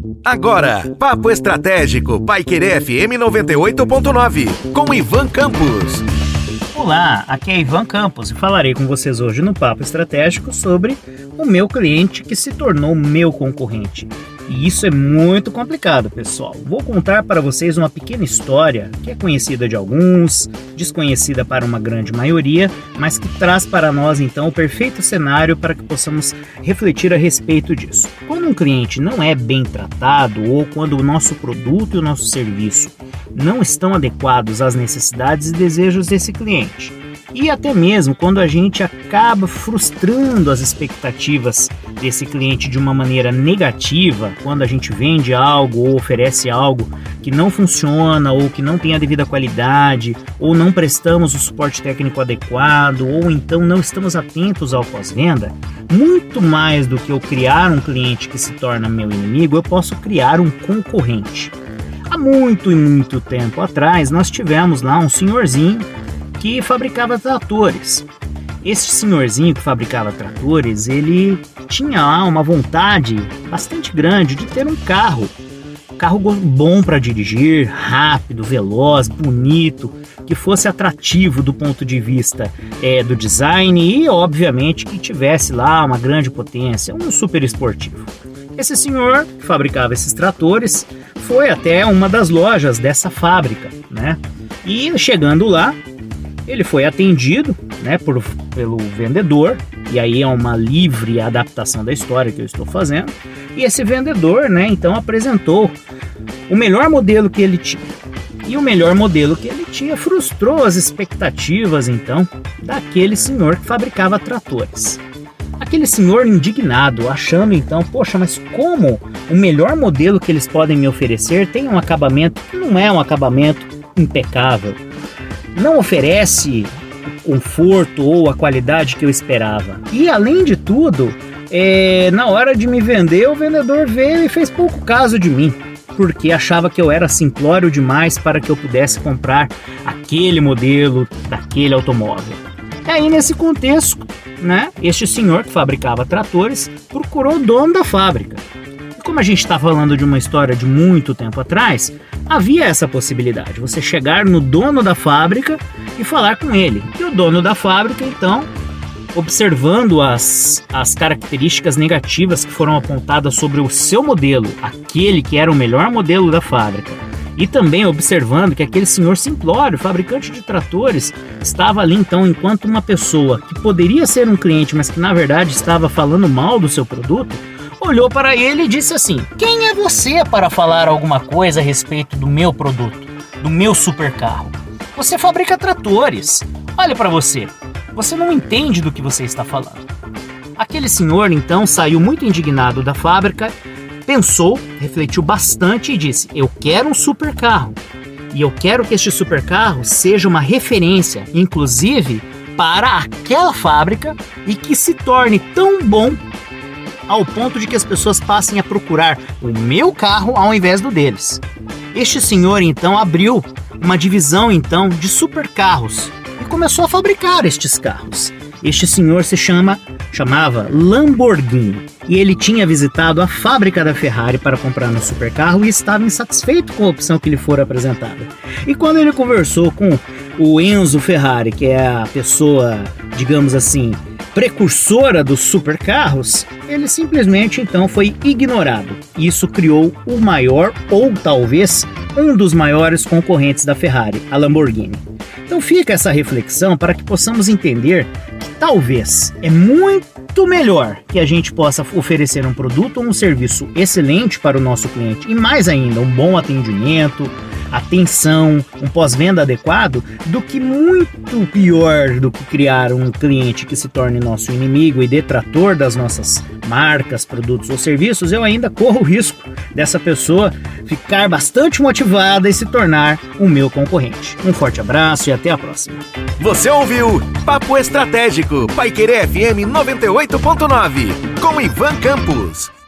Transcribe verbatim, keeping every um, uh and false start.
Agora, Papo Estratégico, Paiquerê F M noventa e oito ponto nove, com Ivan Campos. Olá, aqui é Ivan Campos e falarei com vocês hoje no Papo Estratégico sobre o meu cliente que se tornou meu concorrente. E isso é muito complicado, pessoal. Vou contar para vocês uma pequena história que é conhecida de alguns, desconhecida para uma grande maioria, mas que traz para nós então o perfeito cenário para que possamos refletir a respeito disso. Quando um cliente não é bem tratado ou quando o nosso produto e o nosso serviço não estão adequados às necessidades e desejos desse cliente, e até mesmo quando a gente acaba frustrando as expectativas desse cliente de uma maneira negativa, quando a gente vende algo ou oferece algo que não funciona ou que não tem a devida qualidade, ou não prestamos o suporte técnico adequado, ou então não estamos atentos ao pós-venda, muito mais do que eu criar um cliente que se torna meu inimigo, eu posso criar um concorrente. Há muito e muito tempo atrás, nós tivemos lá um senhorzinho que fabricava tratores. Esse senhorzinho que fabricava tratores, ele tinha lá uma vontade bastante grande de ter um carro. Um carro bom para dirigir, rápido, veloz, bonito, que fosse atrativo do ponto de vista é, do design e, obviamente, que tivesse lá uma grande potência, um super esportivo. Esse senhor que fabricava esses tratores foi até uma das lojas dessa fábrica, né? E chegando lá, ele foi atendido, né, por, pelo vendedor, e aí é uma livre adaptação da história que eu estou fazendo, e esse vendedor, né, então apresentou o melhor modelo que ele tinha. E o melhor modelo que ele tinha frustrou as expectativas, então, daquele senhor que fabricava tratores. Aquele senhor indignado, achando então, poxa, mas como o melhor modelo que eles podem me oferecer tem um acabamento que não é um acabamento impecável, não oferece o conforto ou a qualidade que eu esperava. E além de tudo, é, na hora de me vender, o vendedor veio e fez pouco caso de mim, porque achava que eu era simplório demais para que eu pudesse comprar aquele modelo daquele automóvel. E aí, nesse contexto, né, este senhor que fabricava tratores procurou o dono da fábrica. E como a gente está falando de uma história de muito tempo atrás, havia essa possibilidade, você chegar no dono da fábrica e falar com ele. E o dono da fábrica, então, observando as, as características negativas que foram apontadas sobre o seu modelo, aquele que era o melhor modelo da fábrica, e também observando que aquele senhor simplório, fabricante de tratores, estava ali então enquanto uma pessoa que poderia ser um cliente, mas que na verdade estava falando mal do seu produto, olhou para ele e disse assim: quem é você para falar alguma coisa a respeito do meu produto, do meu super carro? Você fabrica tratores. Olha para você, você não entende do que você está falando. Aquele senhor então saiu muito indignado da fábrica, pensou, refletiu bastante e disse: eu quero um super carro. E eu quero que este super carro seja uma referência, inclusive para aquela fábrica, e que se torne tão bom ao ponto de que as pessoas passem a procurar o meu carro ao invés do deles. Este senhor então abriu uma divisão então de supercarros e começou a fabricar estes carros. Este senhor se chama, chamava Lamborghini e ele tinha visitado a fábrica da Ferrari para comprar um supercarro e estava insatisfeito com a opção que lhe fora apresentada. E quando ele conversou com o Enzo Ferrari, que é a pessoa, digamos assim, precursora dos supercarros, ele simplesmente então foi ignorado. Isso criou o maior, ou talvez um dos maiores concorrentes da Ferrari, a Lamborghini. Então fica essa reflexão para que possamos entender que talvez é muito melhor que a gente possa oferecer um produto ou um serviço excelente para o nosso cliente e mais ainda um bom atendimento, atenção, um pós-venda adequado, do que muito pior do que criar um cliente que se torne nosso inimigo e detrator das nossas marcas, produtos ou serviços. Eu ainda corro o risco dessa pessoa ficar bastante motivada e se tornar o meu concorrente. Um forte abraço e até a próxima. Você ouviu Papo Estratégico, Paiquerê F M noventa e oito ponto nove, com Ivan Campos.